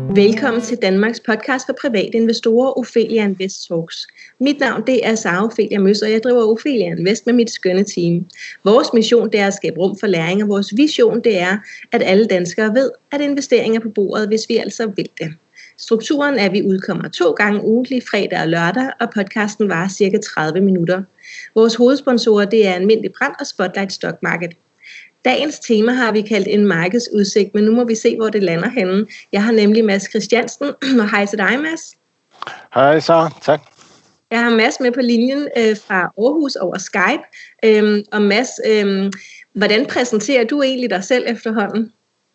Velkommen til Danmarks podcast for private investorer, Ophelia Invest Talks. Mit navn det er Sara Ophelia Møs, og jeg driver Ophelia Invest med mit skønne team. Vores mission det er at skabe rum for læring, og vores vision det er, at alle danskere ved, at investeringer er på bordet, hvis vi altså vil det. Strukturen er, at vi udkommer 2 gange ugentlig, fredag og lørdag, og podcasten varer cirka 30 minutter. Vores hovedsponsorer det er Almindelig Brand og Spotlight Stock Market. Dagens tema har vi kaldt en markedsudsigt, men nu må vi se, hvor det lander henne. Jeg har nemlig Mads Christiansen, og hej til dig, Mads. Hej, Sara. Tak. Jeg har Mads med på linjen fra Aarhus over Skype. Og Mads, hvordan præsenterer du egentlig dig selv efterhånden?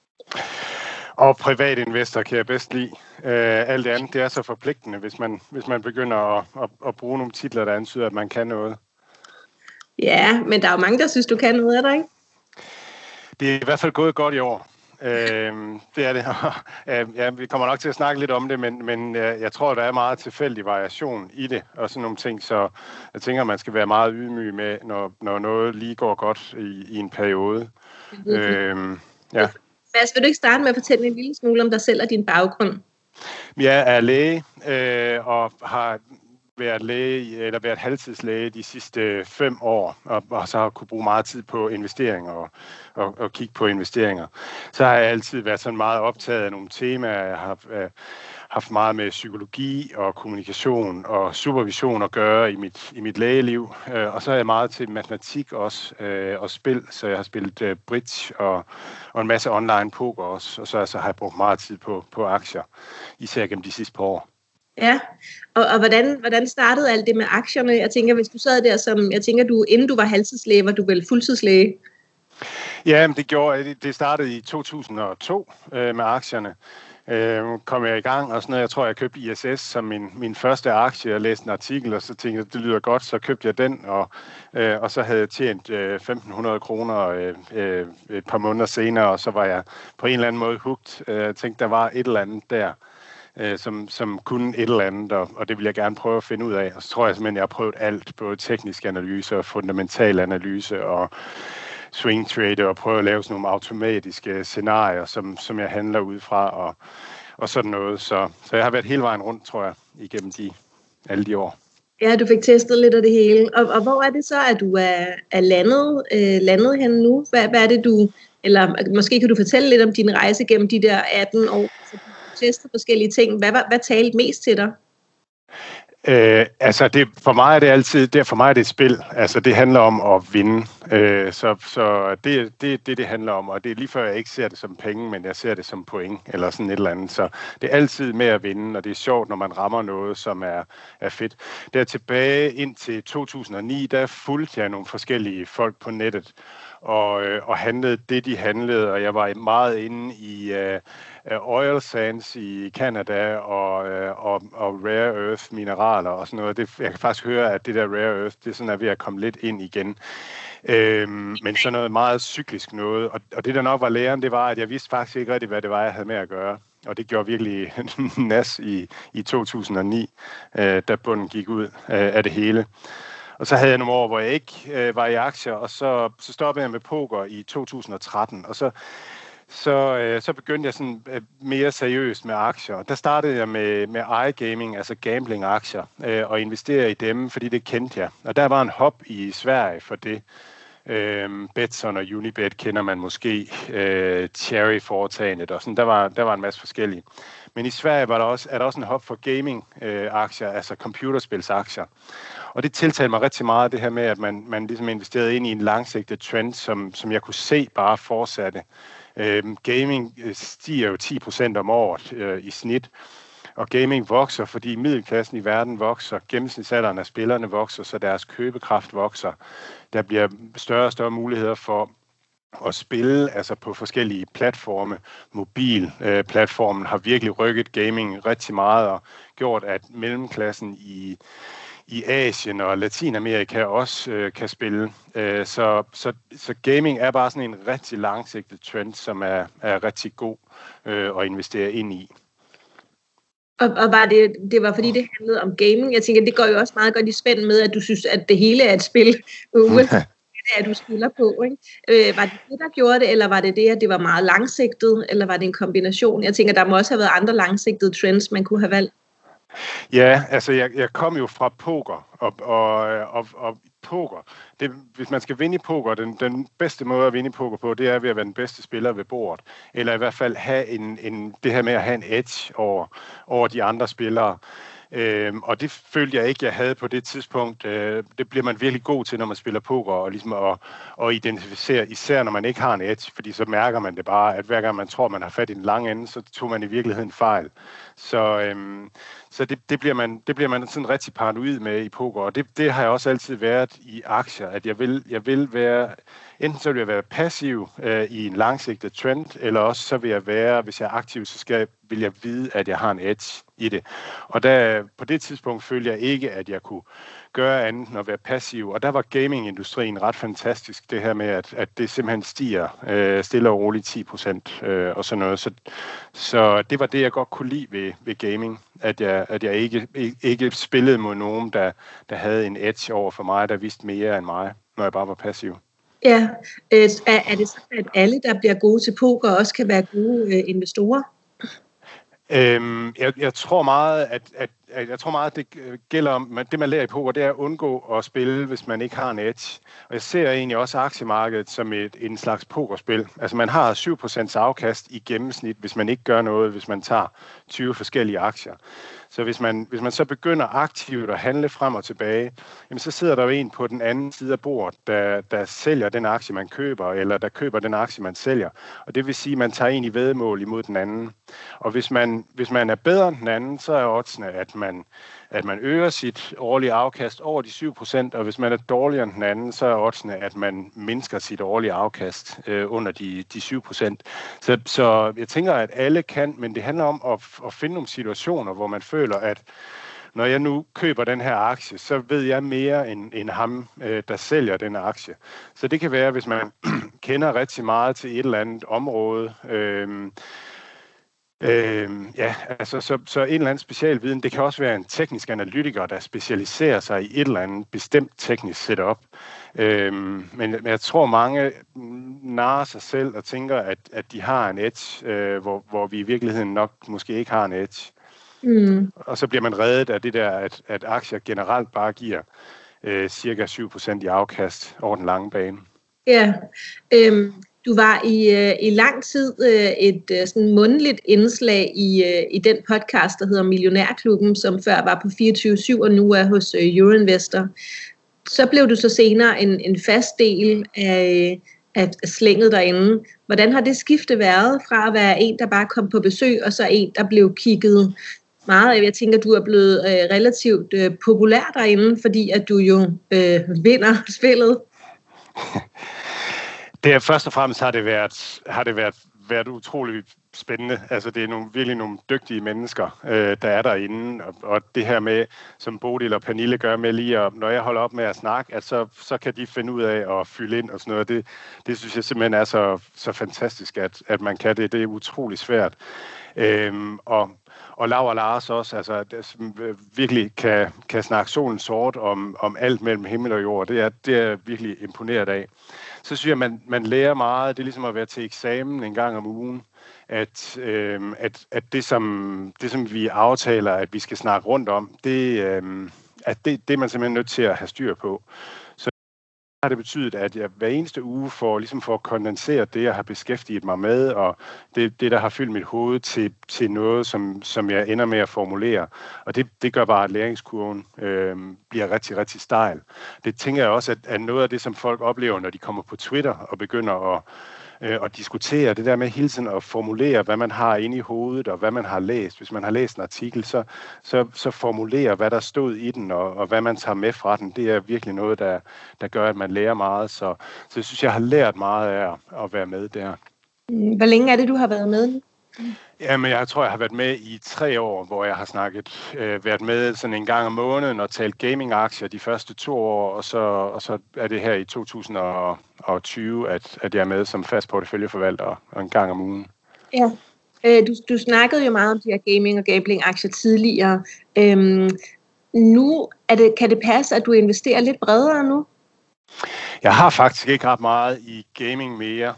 Og privat investor kan jeg bedst lide. Alt det andet, det er så forpligtende, hvis man begynder at bruge nogle titler, der antyder, at man kan noget. Ja, men der er jo mange, der synes, du kan noget af dig, ikke? Det er i hvert fald gået godt i år. Det er det. Ja, vi kommer nok til at snakke lidt om det, men jeg tror, der er meget tilfældig variation i det, og sådan nogle ting, så jeg tænker, at man skal være meget ydmyg med, når noget lige går godt i en periode. Ja. Mads, vil du ikke starte med at fortælle en lille smule om dig selv og din baggrund? Jeg er læge og har været læge, eller været halvtidslæge de sidste 5 år, og så har jeg kunne bruge meget tid på investeringer og kigge på investeringer. Så har jeg altid været sådan meget optaget af nogle temaer. Jeg har haft meget med psykologi og kommunikation og supervision at gøre i mit lægeliv. Og så er jeg meget til matematik også og spil, så jeg har spillet bridge og en masse online poker også. Og så har jeg brugt meget tid på aktier, især gennem de sidste par år. Ja, og hvordan startede alt det med aktierne? Jeg tænker, hvis du sad der inden du var halvtidslæge, var du vel fuldtidslæge? Ja, men det startede i 2002 med aktierne. Kom jeg i gang og sådan noget. Jeg tror, jeg købte ISS som min første aktie. Jeg læste en artikel, og så tænkte jeg, det lyder godt, så købte jeg den, og så havde jeg tjent 1.500 kroner et par måneder senere, og så var jeg på en eller anden måde hooked. Jeg tænkte, der var et eller andet der, som kunne et eller andet, og det vil jeg gerne prøve at finde ud af. Og så tror jeg simpelthen, jeg har prøvet alt, både teknisk analyse og fundamental analyse og swing trade, og prøve at lave sådan nogle automatiske scenarier, som jeg handler ud fra, og sådan noget. Så jeg har været hele vejen rundt, tror jeg, igennem alle de år. Ja, du fik testet lidt af det hele. Og hvor er det så, at du er landet henne nu? Hvad er det, eller måske kan du fortælle lidt om din rejse gennem de der 18 år, så du tester forskellige ting. Hvad talte mest til dig? For mig er det et spil. Altså, det handler om at vinde. Så det handler om, og det er lige før jeg ikke ser det som penge, men jeg ser det som point, eller sådan et eller andet. Så det er altid med at vinde, og det er sjovt, når man rammer noget, som er fedt. Der tilbage indtil 2009, der fulgte jeg nogle forskellige folk på nettet, og handlede det, de handlede, og jeg var meget inde i oil sands i Canada og rare earth mineraler og sådan noget. Jeg kan faktisk høre, at det der rare earth, det er sådan, at ved at komme lidt ind igen. Men sådan noget meget cyklisk noget. Og det, der nok var læren, det var, at jeg vidste faktisk ikke rigtig, hvad det var, jeg havde med at gøre. Og det gjorde virkelig nas i 2009, da bunden gik ud af det hele. Og så havde jeg nogle år, hvor jeg ikke var i aktier, og så stoppede jeg med poker i 2013, og så begyndte jeg sådan mere seriøst med aktier. Der startede jeg med iGaming, altså gambling-aktier, og investerede i dem, fordi det kendte jeg. Og der var en hop i Sverige for det. Betsson og Unibet kender man måske, Cherry-foretagendet og sådan. Der var en masse forskellige. Men i Sverige er der også en hop for gaming-aktier, altså computerspilsaktier. Og det tiltalte mig rigtig meget, det her med, at man ligesom investerede ind i en langsigtet trend, som jeg kunne se bare fortsatte. Gaming stiger jo 10% om året i snit, og gaming vokser, fordi middelklassen i verden vokser, gennemsnitsalderen af spillerne vokser, så deres købekraft vokser. Der bliver større og større muligheder for at spille, altså på forskellige platforme. Mobilplatformen har virkelig rykket gaming rigtig meget og gjort, at mellemklassen i Asien og Latinamerika også kan spille. Så gaming er bare sådan en rigtig langsigtet trend, som er rigtig god at investere ind i. Og var det var fordi det handlede om gaming? Jeg tænker, det går jo også meget godt i spænd med, at du synes, at det hele er et spil. det er, du spiller på, ikke? Var det det, der gjorde det, eller var det det, at det var meget langsigtet, eller var det en kombination? Jeg tænker, der må også have været andre langsigtede trends, man kunne have valgt. Ja, altså jeg kom jo fra poker, og poker, hvis man skal vinde i poker, den bedste måde at vinde i poker på, det er ved at være den bedste spiller ved bordet, eller i hvert fald have det her med at have en edge over de andre spillere. Og det følte jeg ikke, jeg havde på det tidspunkt. Det bliver man virkelig god til, når man spiller poker, og ligesom at identificere, især når man ikke har en edge, fordi så mærker man det bare, at hver gang man tror, man har fat i den lange ende, så tog man i virkeligheden fejl. Så det bliver man sådan rigtig paranoid med i poker, og det har jeg også altid været i aktier, at jeg vil være, enten så vil jeg være passiv i en langsigtet trend, eller også så vil jeg være, hvis jeg er aktiv, så vil jeg vide, at jeg har en edge i det. Og på det tidspunkt følte jeg ikke, at jeg kunne gøre andet end at være passiv, og der var gamingindustrien ret fantastisk, det her med, at det simpelthen stiger stille og roligt 10% og sådan noget. Så det var det, jeg godt kunne lide ved gaming, at jeg ikke spillede mod nogen, der havde en edge over for mig, der vidste mere end mig, når jeg bare var passiv. Ja, er det sådan, at alle, der bliver gode til poker, også kan være gode investorer? Jeg tror meget, at det gælder om, det man lærer i poker, det er at undgå at spille, hvis man ikke har en edge. Og jeg ser egentlig også aktiemarkedet som en slags pokerspil. Altså man har 7% afkast i gennemsnit, hvis man ikke gør noget, hvis man tager 20 forskellige aktier. Så hvis man så begynder aktivt at handle frem og tilbage, jamen så sidder der jo en på den anden side af bordet, der sælger den aktie, man køber, eller der køber den aktie, man sælger. Og det vil sige, at man tager en i væddemål imod den anden. Og hvis man er bedre end den anden, så er oddsene, at man øger sit årlige afkast over de 7%, og hvis man er dårligere end den anden, så er oddsene, at man mindsker sit årlige afkast under de 7%. Så jeg tænker, at alle kan, men det handler om at finde nogle situationer, hvor man føler, at når jeg nu køber den her aktie, så ved jeg mere end ham, der sælger den aktie. Så det kan være, hvis man kender rigtig meget til et eller andet område, så en eller anden specialviden. Det kan også være en teknisk analytiker, der specialiserer sig i et eller andet bestemt teknisk setup. Men jeg tror, mange narrer sig selv og tænker, at de har en edge, hvor vi i virkeligheden nok måske ikke har en edge. Og så bliver man reddet af det der, at aktier generelt bare giver cirka 7% i afkast over den lange bane. Ja, du var i lang tid et sådan mundtligt indslag i den podcast, der hedder Millionærklubben, som før var på 24/7 og nu er hos Euroinvestor. Så blev du så senere en fast del af slænget derinde. Hvordan har det skifte været fra at være en, der bare kom på besøg, og så en, der blev kigget meget af? Jeg tænker, du er blevet relativt populær derinde, fordi at du jo vinder spillet. Det først og fremmest har det været utroligt spændende. Altså det er virkelig nogle dygtige mennesker, der er derinde, og det her med, som Bodil og Pernille gør med lige, og når jeg holder op med at snakke, at så kan de finde ud af at fylde ind og sådan noget. Det synes jeg simpelthen er så fantastisk, at man kan det. Det er utroligt svært. Og Laura og Lars også, altså virkelig kan snakke solen sort om alt mellem himmel og jord. Det er jeg virkelig imponeret af. Så synes jeg, man lærer meget. Det er ligesom at være til eksamen en gang om ugen. At det som vi aftaler, at vi skal snakke rundt om, det er man simpelthen nødt til at have styr på. Så har det betydet, at jeg hver eneste uge får kondenseret det, jeg har beskæftiget mig med, og det der har fyldt mit hoved til noget, som jeg ender med at formulere. Og det gør bare, at læringskurven bliver rigtig, rigtig stejl. Det tænker jeg også, at noget af det, som folk oplever, når de kommer på Twitter og begynder at diskutere det der med hele tiden at formulere, hvad man har inde i hovedet, og hvad man har læst. Hvis man har læst en artikel, så formulere, hvad der stod i den, og hvad man tager med fra den. Det er virkelig noget, der gør, at man lærer meget. Så jeg synes, jeg har lært meget af at være med der. Hvor længe er det, du har været med? Jamen, jeg tror, jeg har været med i 3 år, hvor jeg har været med sådan en gang om måneden og talt gaming-aktier de første 2 år, og så er det her i 2020, at jeg er med som fast porteføljeforvalter og en gang om ugen. Ja, du snakkede jo meget om de her gaming- og gambling-aktier tidligere. Nu kan det passe, at du investerer lidt bredere nu? Jeg har faktisk ikke ret meget i gaming mere.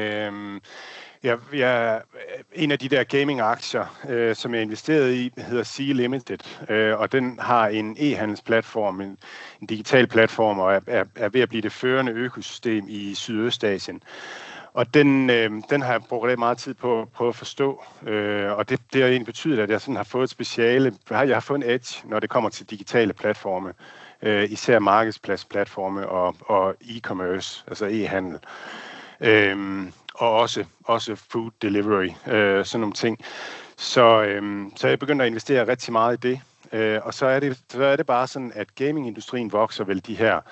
En af de der gaming-aktier, som jeg investerede i, hedder Sea Limited, og den har en e-handelsplatform, en digital platform, og er ved at blive det førende økosystem i Sydøstasien. Og den har jeg brugt lidt meget tid på at prøve at forstå, og det har egentlig betydet, at jeg sådan har fået et speciale. Jeg har fået en edge, når det kommer til digitale platforme, især markedspladsplatforme og e-commerce, altså e-handel. Og også food delivery, sådan nogle ting. Så jeg begyndte at investere rigtig meget i det. Og så er det bare sådan, at gamingindustrien vokser vel de her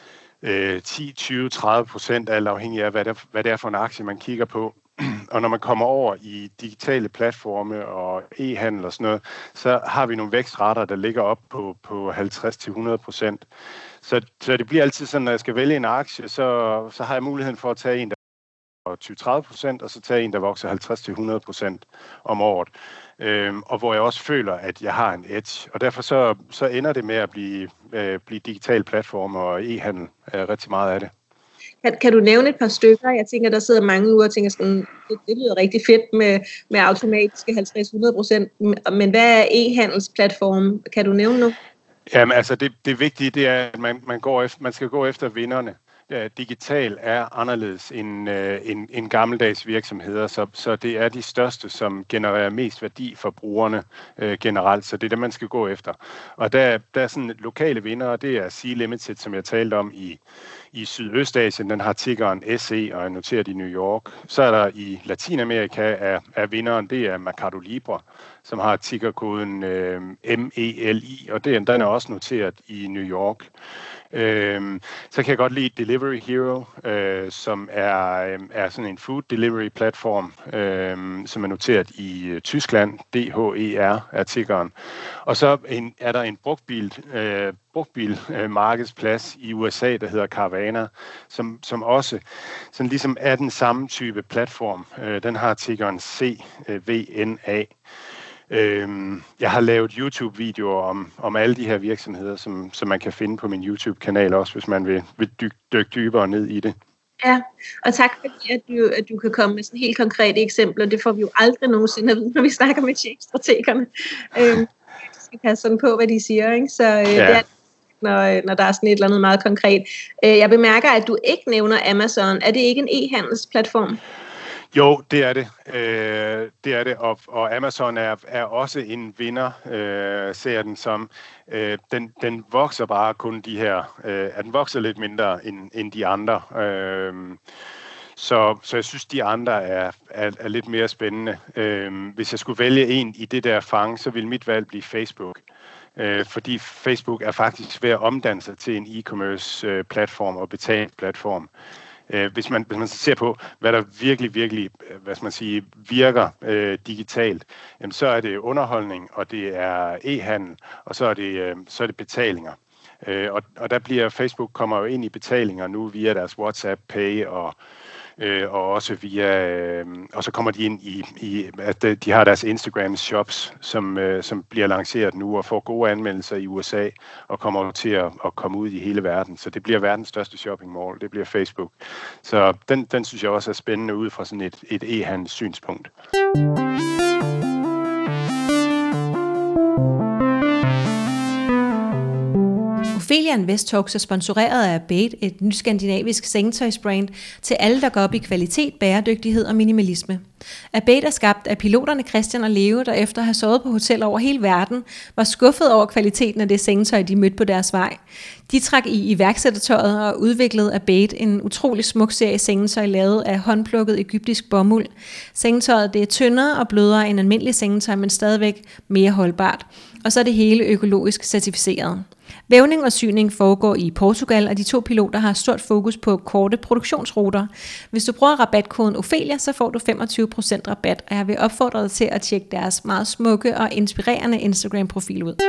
10, 20, 30%, alt afhængig af, hvad det er for en aktie, man kigger på. Og når man kommer over i digitale platforme og e-handel og sådan noget, så har vi nogle vækstrater, der ligger op på 50-100%. Så det bliver altid sådan, når jeg skal vælge en aktie, så har jeg muligheden for at tage en, der 20-30%, og så tage en, der vokser 50-100% om året. Og hvor jeg også føler, at jeg har en edge. Og derfor så ender det med at blive digitale platformer og e-handel rigtig meget af det. Kan du nævne et par stykker? Jeg tænker, der sidder mange nu og tænker sådan, det lyder rigtig fedt med automatiske 50-100%, men hvad er e-handelsplatform? Kan du nævne noget? Jamen altså, det vigtige, det er, at man skal gå efter vinderne. Digital er anderledes end gammeldags virksomheder, så det er de største, som genererer mest værdi for brugerne generelt, så det er det, man skal gå efter. Og der er sådan lokale vindere, det er Sea Limited, som jeg talte om i Sydøstasien, den har tickeren SE og er noteret i New York. Så er der i Latinamerika er vinderen, det er Mercado Libre, som har tickerkoden MELI, og den er også noteret i New York. Så kan jeg godt lide Delivery Hero, som er sådan en food delivery platform, som er noteret i Tyskland. DHER er tickeren. Og så er der en brugtbil markedsplads i USA, der hedder Carvana, som også sådan ligesom er den samme type platform. Den har tickeren CVNA. Jeg har lavet YouTube-videoer om alle de her virksomheder, som man kan finde på min YouTube-kanal også, hvis man vil dykke dybere ned i det. Ja, og tak fordi, at du kan komme med sådan helt konkrete eksempler. Det får vi jo aldrig nogensinde at vide, når vi snakker med chefstrategerne. De skal passe sådan på, hvad de siger, ikke? Så det er, når der er sådan et eller andet meget konkret. Jeg bemærker, at du ikke nævner Amazon. Er det ikke en e-handelsplatform? Jo, det er det. Det er det, og Amazon er også en vinder, ser den som. Den vokser bare kun de her, den vokser lidt mindre end de andre. Så jeg synes, de andre er lidt mere spændende. Hvis jeg skulle vælge en i det der fang, så ville mit valg blive Facebook. Fordi Facebook er faktisk ved at omdanne sig til en e-commerce platform og betalt platform. Hvis man ser på, hvad der virkelig, virker digitalt, så er det underholdning, og det er e-handel, og så er det betalinger. Og der bliver Facebook kommer jo ind i betalinger nu via deres WhatsApp Pay og også via og så kommer de ind i at de har deres Instagram shops, som bliver lanceret nu og får gode anmeldelser i USA og kommer til at komme ud i hele verden. Så det bliver verdens største shopping mall, det bliver Facebook. Så den synes jeg også er spændende ud fra sådan et e-handels synspunkt. Ophelia Invest Talks er sponsoreret af Abate, et nyt skandinavisk sengetøjsbrand til alle, der går op i kvalitet, bæredygtighed og minimalisme. Abate er skabt af piloterne Christian og Leo, der efter at have sovet på hoteller over hele verden, var skuffet over kvaliteten af det sengetøj, de mødte på deres vej. De trak i iværksættertøjet og udviklede Abate, en utrolig smuk serie sengetøj lavet af håndplukket egyptisk bomuld. Sengetøjet det er tyndere og blødere end almindelig sengetøj, men stadigvæk mere holdbart. Og så er det hele økologisk certificeret. Vævning og syning foregår i Portugal, og de to piloter har stort fokus på korte produktionsruter. Hvis du bruger rabatkoden Ophelia, så får du 25% rabat, og jeg vil opfordre dig til at tjekke deres meget smukke og inspirerende Instagram-profil ud.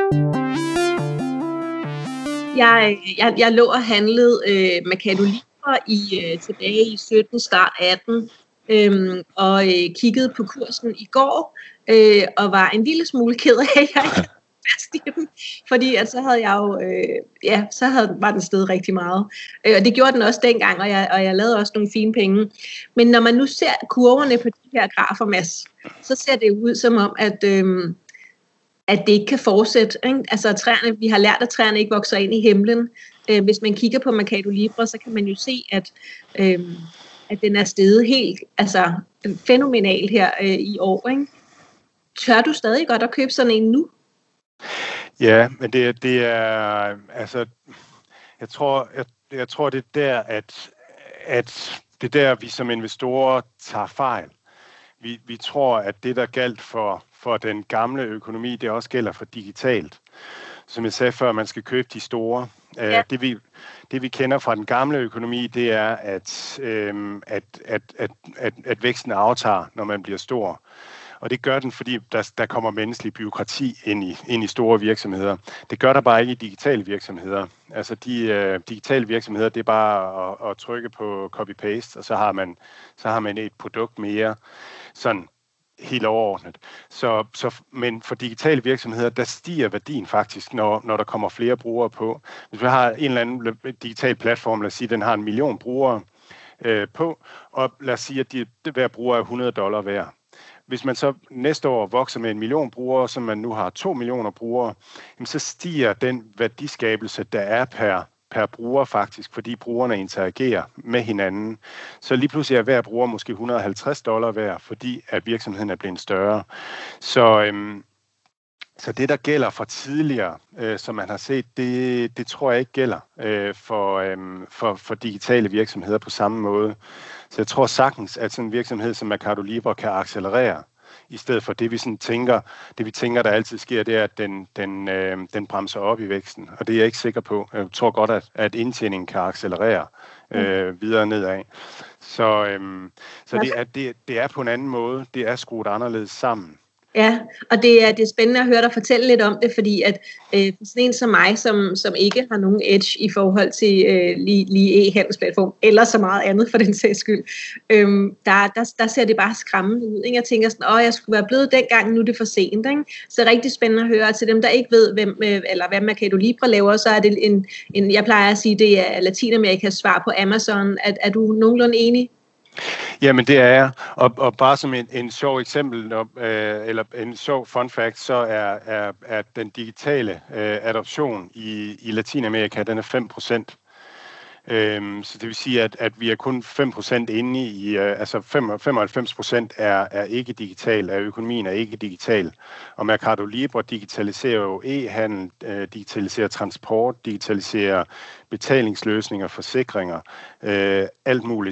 Jeg lå og handlede Mercado Libre tilbage i 17, start 18, og kiggede på kursen i går, og var en lille smule ked af, at jeg fast i den, fordi at så havde jeg jo, var den steget rigtig meget. Og det gjorde den også dengang, og jeg lavede også nogle fine penge. Men når man nu ser kurverne på de her grafer, Mads, så ser det ud som om, at det ikke kan fortsætte. Ikke? Altså træerne, vi har lært, at træerne ikke vokser ind i himlen. Hvis man kigger på Mercado Libre, så kan man jo se, at den er steget helt fænomenal her i år. Ikke? Tør du stadig godt at købe sådan en nu? Ja, men det er altså, jeg tror det er der, at det er der, vi som investorer tager fejl. Vi tror, at det, der galt for den gamle økonomi, det også gælder for digitalt. Som jeg sagde før, man skal købe de store. Ja. Det vi kender fra den gamle økonomi, det er, at væksten aftager, når man bliver stor. Og det gør den, fordi der kommer menneskelig bureaukrati ind i store virksomheder. Det gør der bare ikke i digitale virksomheder. Altså de digitale virksomheder, det er bare at trykke på copy-paste, og så har man et produkt mere sådan helt overordnet. Men for digitale virksomheder, der stiger værdien faktisk, når der kommer flere brugere på. Hvis vi har en eller anden digital platform, lad os sige, den har 1 million brugere på, og lad os sige, at hver bruger er $100 værd. Hvis man så næste år vokser med 1 million brugere, som man nu har 2 millioner brugere, så stiger den værdiskabelse, der er per bruger faktisk, fordi brugerne interagerer med hinanden. Så lige pludselig er hver bruger måske $150 værd, fordi at virksomheden er blevet større. Så det, der gælder for tidligere, som man har set, det tror jeg ikke gælder for digitale virksomheder på samme måde. Så jeg tror sagtens, at sådan en virksomhed som Mercado Libre kan accelerere, i stedet for det, vi tænker, der altid sker, det er, at den bremser op i væksten. Og det er jeg ikke sikker på. Jeg tror godt, at indtjeningen kan accelerere videre nedad. Så det er på en anden måde. Det er skruet anderledes sammen. Ja, og det er spændende at høre dig fortælle lidt om det, fordi at for sådan en som mig, som ikke har nogen edge i forhold til lige e-handelsplatform, eller så meget andet for den sags skyld, der ser det bare skræmmende ud. Ikke? Jeg tænker sådan, jeg skulle være blevet dengang, nu er det for sent. Ikke? Så rigtig spændende at høre. Til dem, der ikke ved, hvad Mercado Libre laver, så er det jeg plejer at sige, det er Latinamerikas svar på Amazon. Er du nogenlunde enig? Jamen det er jeg, og bare som en sjov eksempel, eller en sjov fun fact, så er den digitale adoption i Latinamerika, den er 5%. Så det vil sige, at vi er kun 5% inde i, altså 95% er ikke digital, af økonomien er ikke digital. Og Mercado Libre digitaliserer jo e-handel, digitaliserer transport, digitaliserer betalingsløsninger, forsikringer, alt muligt.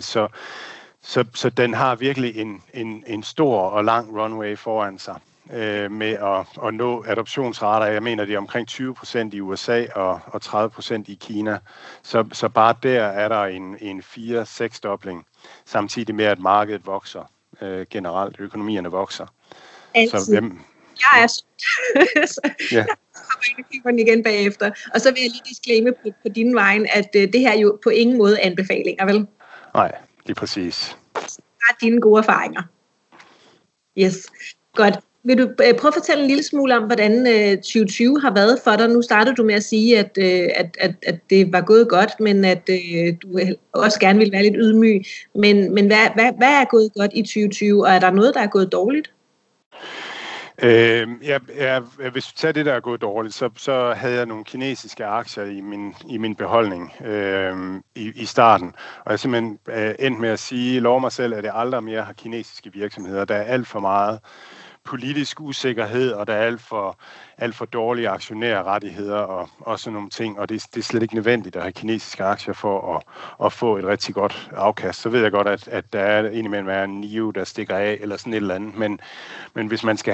Så den har virkelig en stor og lang runway foran sig med at nå adoptionsrater. Jeg mener, det er omkring 20% i USA og 30% i Kina. Så bare der er der en 4-6-dobling, samtidig med, at markedet vokser generelt. Økonomierne vokser. Så hvem... Jeg er så... Ja. Jeg kommer ind og kigger den igen bagefter. Og så vil jeg lige disclaime på din vejen, at det her jo på ingen måde anbefalinger, vel? Nej. Lige præcis. Har dine gode erfaringer. Yes, godt. Vil du prøve at fortælle en lille smule om, hvordan 2020 har været for dig? Nu startede du med at sige, at det var gået godt, men at du også gerne ville være lidt ydmyg. Men hvad er gået godt i 2020, og er der noget, der er gået dårligt? Hvis vi tager det, der er gået dårligt, så havde jeg nogle kinesiske aktier i min beholdning i starten. Og jeg simpelthen endte med at sige, lov mig selv, at jeg aldrig mere har kinesiske virksomheder. Der er alt for meget politisk usikkerhed, og der er alt for dårlige aktionærrettigheder og sådan nogle ting, og det er slet ikke nødvendigt at have kinesiske aktier for at få et rigtig godt afkast. Så ved jeg godt, at der er indimellem en NIO, der stikker af, eller sådan et eller andet, men hvis man skal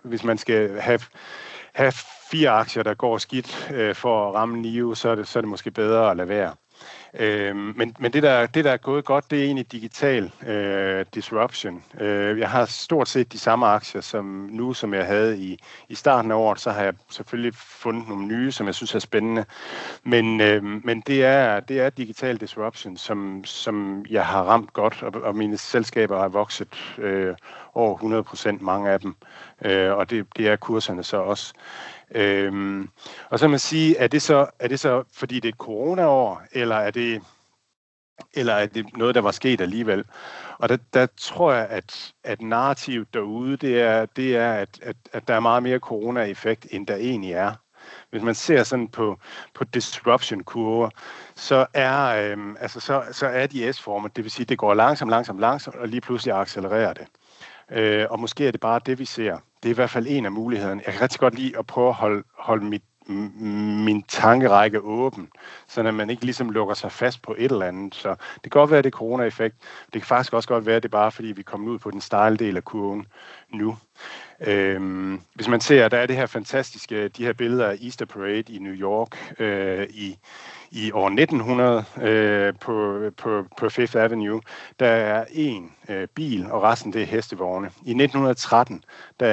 have 4 aktier, der går skidt for at ramme NIO, så er det måske bedre at lade være. Men det der er gået godt, det er egentlig digital disruption. Jeg har stort set de samme aktier som jeg havde i starten af året. Så har jeg selvfølgelig fundet nogle nye, som jeg synes er spændende. Men det er digital disruption, som jeg har ramt godt, og mine selskaber har vokset over 100%, mange af dem. Og det er kurserne så også. Og så kan man sige, er det så fordi det er et coronaår, eller er det noget, der var sket alligevel? Og der tror jeg, at narrativet derude, det er at der er meget mere corona-effekt, end der egentlig er. Hvis man ser sådan på disruption-kurver, så er de S-formet. Det vil sige, at det går langsomt, og lige pludselig accelererer det. Og måske er det bare det, vi ser. Det er i hvert fald en af mulighederne. Jeg kan rigtig godt lide at prøve at holde min tankerække åben, så at man ikke ligesom lukker sig fast på et eller andet. Så det kan godt være, det er corona-effekt. Det kan faktisk også godt være, det er bare fordi, vi kommer ud på den stejle del af kurven nu. Hvis man ser, der er det her fantastiske, de her billeder af Easter Parade i New York i år 1900 på Fifth Avenue, der er en bil, og resten det er hestevogne. I 1913, der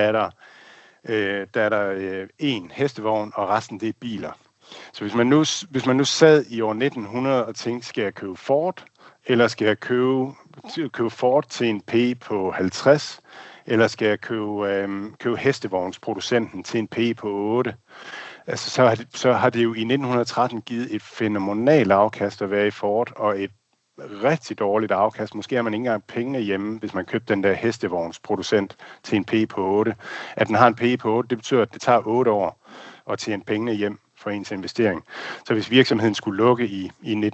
er der en hestevogn, og resten det er biler. Så hvis man nu sad i år 1900 og tænkte, skal jeg købe Ford, eller skal jeg købe Ford til en P på 50, eller skal jeg købe hestevognsproducenten til en P på 8? Altså, så har det jo i 1913 givet et fænomenalt afkast at være i Ford, og et rigtig dårligt afkast. Måske har man ikke engang pengene hjemme, hvis man købte den der hestevognsproducent til en P på 8. At den har en P på 8, det betyder, at det tager 8 år at tjene pengene hjem for ens investering. Så hvis virksomheden skulle lukke i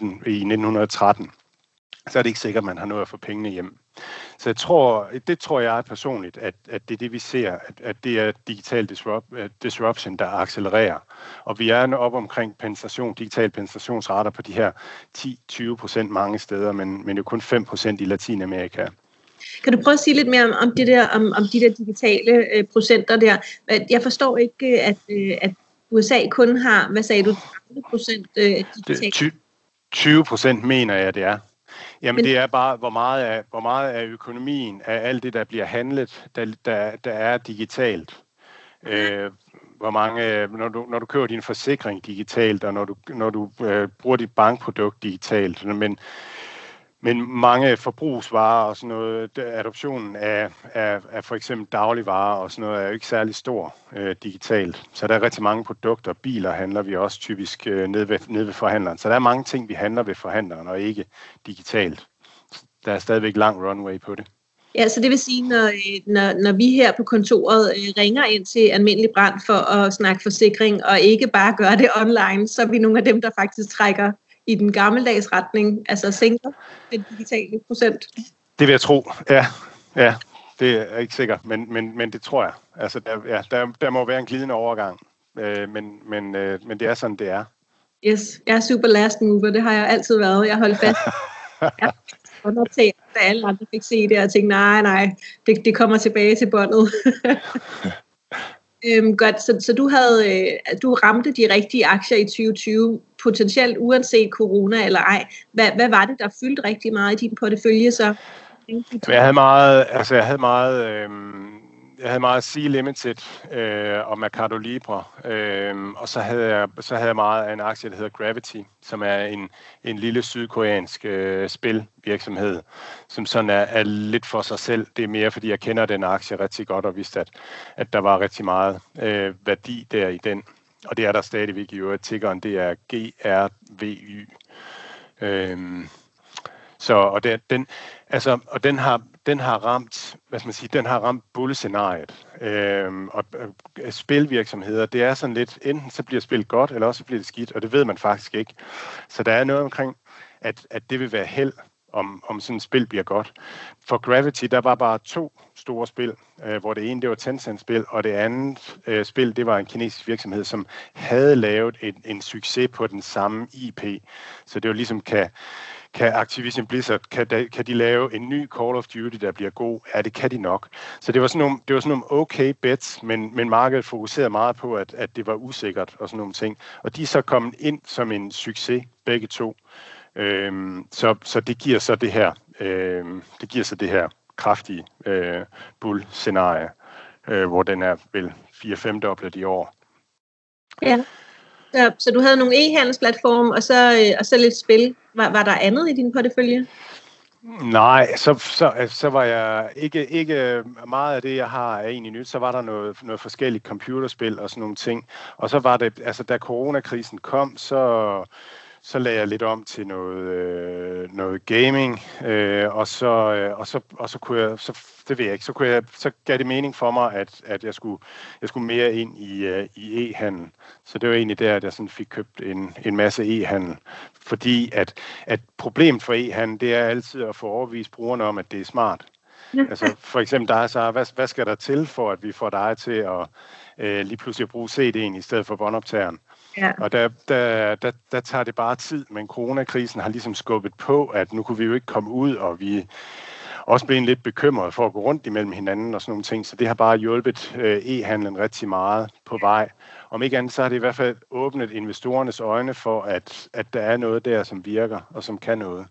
1913, så er det ikke sikkert, at man har noget at få pengene hjem. Så det tror jeg personligt, at det er det, vi ser, at det er digital disruption, der accelererer. Og vi er oppe omkring digital penetrationsrater på de her 10-20% mange steder, men jo kun 5% i Latinamerika. Kan du prøve at sige lidt mere om det der, om de der digitale procenter der? Jeg forstår ikke, at USA kun har, hvad sagde du, 30% digitalt? 20% mener jeg, det er. Jamen det er bare, hvor meget af økonomien, af alt det, der bliver handlet, der er digitalt. Hvor mange, når du køber din forsikring digitalt, og når du bruger dit bankprodukt digitalt, men mange forbrugsvarer og sådan noget, adoptionen af for eksempel dagligvarer og sådan noget, er jo ikke særlig stor digitalt. Så der er rigtig mange produkter. Biler handler vi også typisk nede ved forhandleren. Så der er mange ting, vi handler ved forhandleren, og ikke digitalt. Der er stadigvæk lang runway på det. Ja, så det vil sige, når vi her på kontoret ringer ind til Almindelig Brand for at snakke forsikring, og ikke bare gøre det online, så er vi nogle af dem, der faktisk trækker i den gammeldags retning, altså sænker den digitale procent. Det vil jeg tro, ja. Det er ikke sikkert, men det tror jeg. Altså, der må være en glidende overgang, men det er sådan, det er. Yes, jeg er super last mover, det har jeg altid været. Jeg holdt fast. Jeg undertaget, da alle andre fik se det, og tænkte, nej, det kommer tilbage til båndet. Godt, så du ramte de rigtige aktier i 2020, potentielt uanset corona eller ej. Hvad var det, der fyldte rigtig meget i din portefølje så? Jeg havde meget C-Limited og Mercado Libre, og så havde jeg meget af en aktie, der hedder Gravity, som er en lille sydkoreansk spilvirksomhed, som sådan er lidt for sig selv. Det er mere, fordi jeg kender den aktie rigtig godt og vidste, at der var rigtig meget værdi der i den. Og det er der stadigvæk i øvrigt. Tickeren, det er GRVY. Den har ramt, den har ramt bullscenariet. Og spilvirksomheder, det er sådan lidt, enten så bliver spillet godt, eller også bliver det skidt, og det ved man faktisk ikke. Så der er noget omkring, at det vil være held, om sådan et spil bliver godt. For Gravity, der var bare 2 store spil, hvor det ene, det var Tencent-spil, og det andet spil, det var en kinesisk virksomhed, som havde lavet en succes på den samme IP. Så det var ligesom, kan Activision Blizzard, kan de lave en ny Call of Duty, der bliver god? Ja, det kan de nok. Så det var sådan nogle okay bets, men markedet fokuserede meget på, at det var usikkert og sådan nogle ting. Og de er så kommet ind som en succes, begge to. Så det giver så det her kraftige bull-scenarie, hvor den er vel 4-5-doblet i år. Ja. Så du havde nogle e-handelsplatforme, og så lidt spil. Var der andet i din portefølje? Nej, så var jeg ikke meget af det, jeg har er egentlig nyt. Så var der noget forskelligt computerspil og sådan nogle ting. Og så var det, altså da coronakrisen kom, så lagde jeg lidt om til noget gaming, og så kunne jeg, det ved jeg ikke, så gav det mening for mig, at jeg skulle mere ind i e-handel. Så det var egentlig der, at jeg sådan fik købt en masse e-handel. Fordi at problemet for e-handel, det er altid at få overbevist brugerne om, at det er smart. Altså for eksempel dig, så hvad skal der til for, at vi får dig til at lige pludselig bruge CD'en i stedet for båndoptageren? Ja. Og der tager det bare tid, men coronakrisen har ligesom skubbet på, at nu kunne vi jo ikke komme ud, og vi også blev lidt bekymrede for at gå rundt imellem hinanden og sådan nogle ting, så det har bare hjulpet e-handlen rigtig meget på vej. Om ikke andet, så har det i hvert fald åbnet investorernes øjne for, at der er noget der, som virker og som kan noget.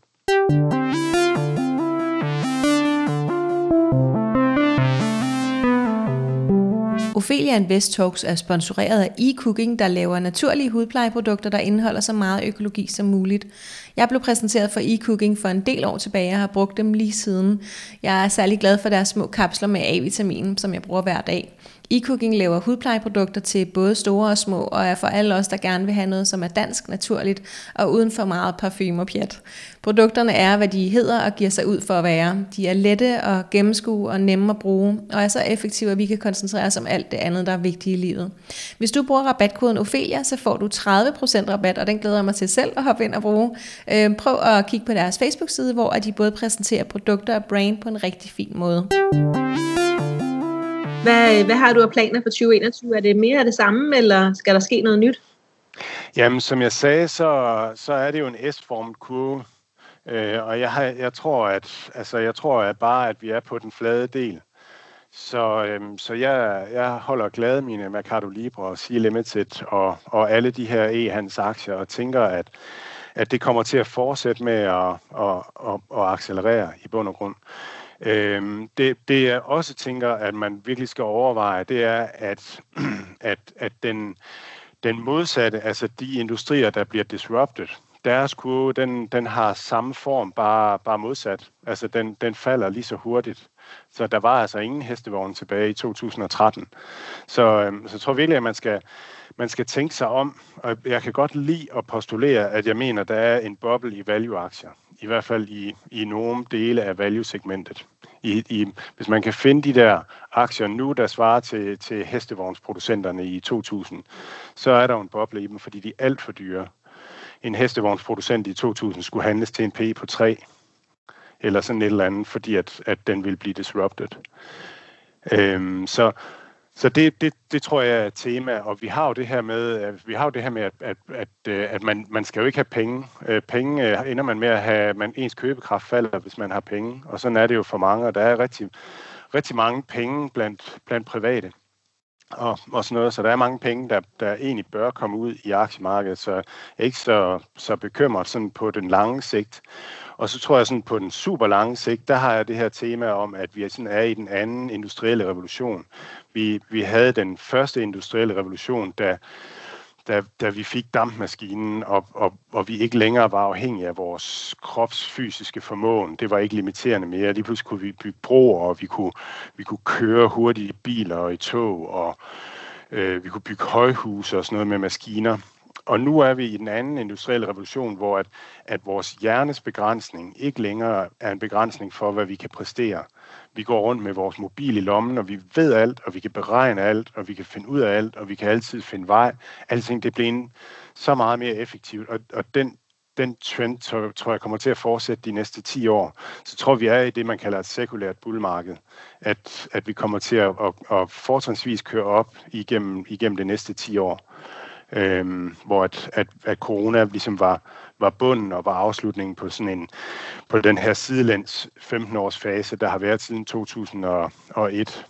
Ophelia Invest Talks er sponsoreret af eCooking, der laver naturlige hudplejeprodukter, der indeholder så meget økologi som muligt. Jeg blev præsenteret for eCooking for en del år tilbage og har brugt dem lige siden. Jeg er særlig glad for deres små kapsler med A-vitamin, som jeg bruger hver dag. eCooking laver hudplejeprodukter til både store og små, og er for alle os, der gerne vil have noget, som er dansk, naturligt og uden for meget parfume og pjat. Produkterne er, hvad de hedder og giver sig ud for at være. De er lette og gennemskue og nemme at bruge, og er så effektive, at vi kan koncentrere os om alt det andet, der er vigtigt i livet. Hvis du bruger rabatkoden Ophelia, så får du 30% rabat, og den glæder jeg mig til selv at hoppe ind og bruge. Prøv at kigge på deres Facebook-side, hvor de både præsenterer produkter og brand på en rigtig fin måde. Hvad har du af planer for 2021? Er det mere af det samme, eller skal der ske noget nyt? Jamen, som jeg sagde, så er det jo en S-formet kurve. Og jeg tror at bare, at vi er på den flade del. Så jeg holder glad mine Mercado Libre og Sea Limited og alle de her e-handelsaktier og tænker, at det kommer til at fortsætte med at accelerere i bund og grund. Det jeg også tænker, at man virkelig skal overveje, det er, at den modsatte, altså de industrier, der bliver disrupted, deres kurve, den har samme form, bare modsat. Altså den falder lige så hurtigt. Så der var altså ingen hestevogn tilbage i 2013. Så jeg tror virkelig, at man skal tænke sig om, og jeg kan godt lide at postulere, at jeg mener, der er en boble i value-aktier. I hvert fald i nogle dele af value-segmentet. Hvis man kan finde de der aktier nu, der svarer til hestevognsproducenterne i 2000, så er der jo en boble i dem, fordi de er alt for dyre. En hestevognsproducent i 2000 skulle handles til en PE på 3, eller sådan et eller andet, fordi at den vil blive disrupted. Så det tror jeg er et tema, og vi har jo det her med, at man skal jo ikke have penge. Penge ender man med at have, ens købekraft falder, hvis man har penge, og sådan er det jo for mange, og der er rigtig, rigtig mange penge blandt private. Og sådan noget, så der er mange penge, der egentlig bør komme ud i aktiemarkedet, så jeg er ikke så bekymret sådan på den lange sigt. Og så tror jeg sådan på den super lange sigt, der har jeg det her tema om, at vi sådan er i den anden industrielle revolution. Vi havde den første industrielle revolution, da vi fik dampmaskinen, og vi ikke længere var afhængige af vores kropsfysiske formåen. Det var ikke limiterende mere. Lige pludselig kunne vi bygge broer, og vi kunne køre hurtige biler og i tog, og vi kunne bygge højhuse og sådan noget med maskiner. Og nu er vi i den anden industrielle revolution, hvor at vores hjernes begrænsning ikke længere er en begrænsning for, hvad vi kan præstere. Vi går rundt med vores mobil i lommen, og vi ved alt, og vi kan beregne alt, og vi kan finde ud af alt, og vi kan altid finde vej. Alting, det bliver så meget mere effektivt, og den trend, tror jeg, kommer til at fortsætte de næste 10 år. Så tror vi er i det, man kalder et sekulært bullmarked, at vi kommer til at fortrinsvis køre op igennem de næste 10 år. Hvor at corona ligesom var bunden og var afslutningen på på den her sidelæns 15-års fase, der har været siden 2001.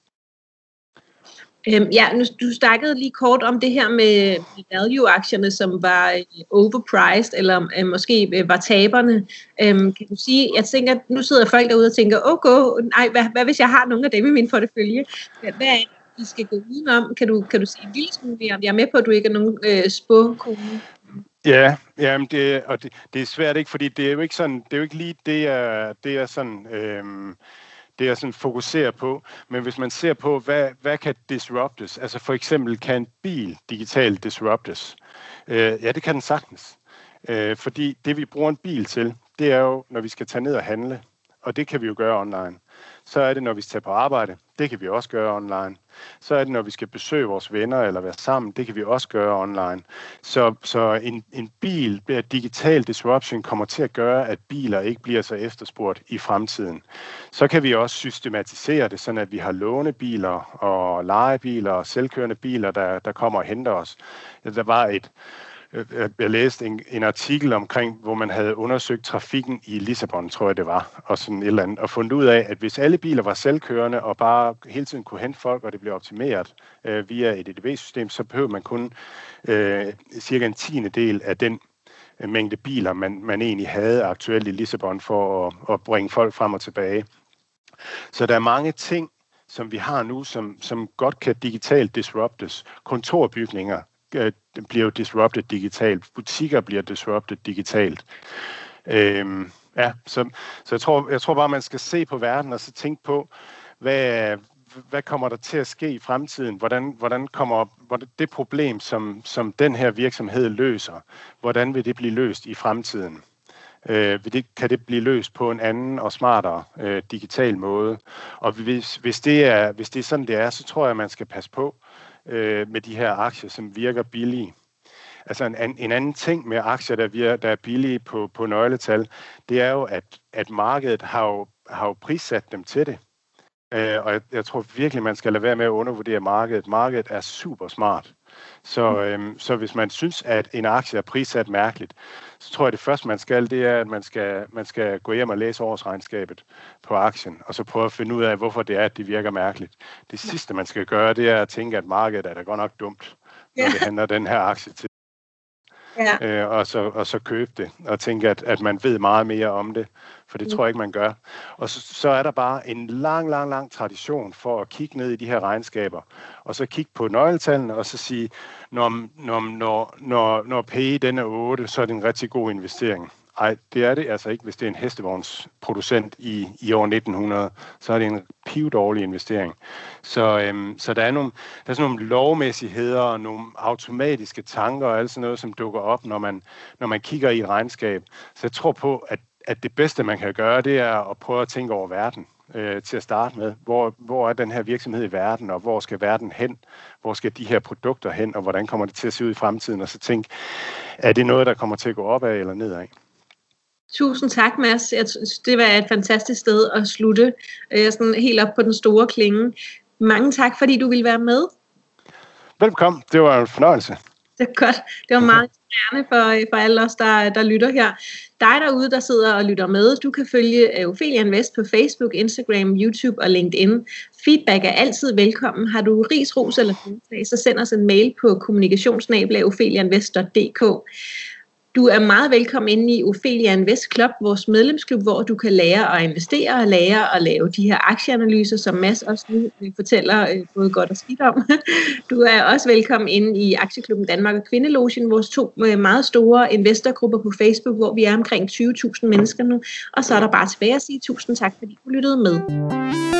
Du snakkede lige kort om det her med value-aktierne, som var overpriced, eller måske var taberne. Kan du sige, jeg tænker, nu sidder folk derude og tænker, hvad hvis jeg har nogle af dem i min portefølje? Hvad er det, vi skal gå udenom? Kan du sige en lille smule mere? Jeg er med på, at du ikke er nogen spåkone. Ja, jamen det er svært, ikke, fordi det er jo ikke sådan, det er jo ikke lige det er sådan det jeg sådan fokuserer på, men hvis man ser på, hvad kan disruptes, altså for eksempel kan en bil digitalt disruptes? Ja, det kan den sagtens, fordi det vi bruger en bil til, det er jo, når vi skal tage ned og handle, og det kan vi jo gøre online. Så er det, når vi skal på arbejde, det kan vi også gøre online. Så er det, når vi skal besøge vores venner eller være sammen, det kan vi også gøre online. Så en digital disruption kommer til at gøre, at biler ikke bliver så efterspurgt i fremtiden. Så kan vi også systematisere det, sådan at vi har lånebiler og lejebiler og selvkørende biler, der kommer og henter os. Der var jeg læste en artikel omkring, hvor man havde undersøgt trafikken i Lissabon, tror jeg det var, og sådan et eller andet, og fundet ud af, at hvis alle biler var selvkørende og bare hele tiden kunne hente folk, og det blev optimeret via et EDB-system, så behøver man kun cirka en tiendedel af den mængde biler, man egentlig havde aktuelt i Lissabon for at bringe folk frem og tilbage. Så der er mange ting, som vi har nu, som godt kan digitalt disruptes. Kontorbygninger bliver jo disrupted digitalt. Butikker bliver disrupted digitalt. Så jeg tror bare, man skal se på verden og så tænke på, hvad kommer der til at ske i fremtiden? Hvordan kommer det problem, som den her virksomhed løser, hvordan vil det blive løst i fremtiden? Kan det blive løst på en anden og smartere digital måde? Og hvis det er sådan, det er, så tror jeg, man skal passe på med de her aktier, som virker billige. Altså en anden ting med aktier, der er billige på nøgletal, det er jo, at markedet har jo prissat dem til det. Og jeg tror virkelig, man skal lade være med at undervurdere markedet. Markedet er super smart. Så hvis man synes, at en aktie er prissat mærkeligt, så tror jeg, det første, man skal, det er, at man skal gå hjem og læse årsregnskabet på aktien, og så prøve at finde ud af, hvorfor det er, at det virker mærkeligt. Det sidste, man skal gøre, det er at tænke, at markedet er da godt nok dumt, når det handler den her aktie til. Ja. Og så købe det, og tænke, at man ved meget mere om det, for det tror jeg ikke, man gør. Og så er der bare en lang tradition for at kigge ned i de her regnskaber, og så kigge på nøgletallene, og så sige, når PE den er 8, så er det en rigtig god investering. Nej, det er det altså ikke, hvis det er en hestevognsproducent i år 1900, så er det en pivdårlig investering. Så der er sådan nogle lovmæssigheder og nogle automatiske tanker og alt sådan noget, som dukker op, når man kigger i et regnskab. Så jeg tror på, at det bedste, man kan gøre, det er at prøve at tænke over verden til at starte med. Hvor er den her virksomhed i verden, og hvor skal verden hen? Hvor skal de her produkter hen, og hvordan kommer det til at se ud i fremtiden? Og så tænke, er det noget, der kommer til at gå opad eller nedad? Tusind tak, Mads. Jeg synes, det var et fantastisk sted at slutte. Sådan helt op på den store klinge. Mange tak, fordi du ville være med. Velkommen. Det var en fornøjelse. Det er godt. Det var meget inspirerende for alle os, der lytter her. Dig derude, der sidder og lytter med, du kan følge Ophelia Invest på Facebook, Instagram, YouTube og LinkedIn. Feedback er altid velkommen. Har du ris, ros eller forslag, så send os en mail på kommunikation@opheliainvest.dk. Du er meget velkommen inde i Ophelia Invest Club, vores medlemsklub, hvor du kan lære at investere og lære at lave de her aktieanalyser, som Mads også nu fortæller både godt og skidt om. Du er også velkommen inde i Aktieklubben Danmark og Kvindelogen, vores 2 meget store investorgrupper på Facebook, hvor vi er omkring 20.000 mennesker nu. Og så er der bare tilbage at sige tusind tak, fordi du lyttede med.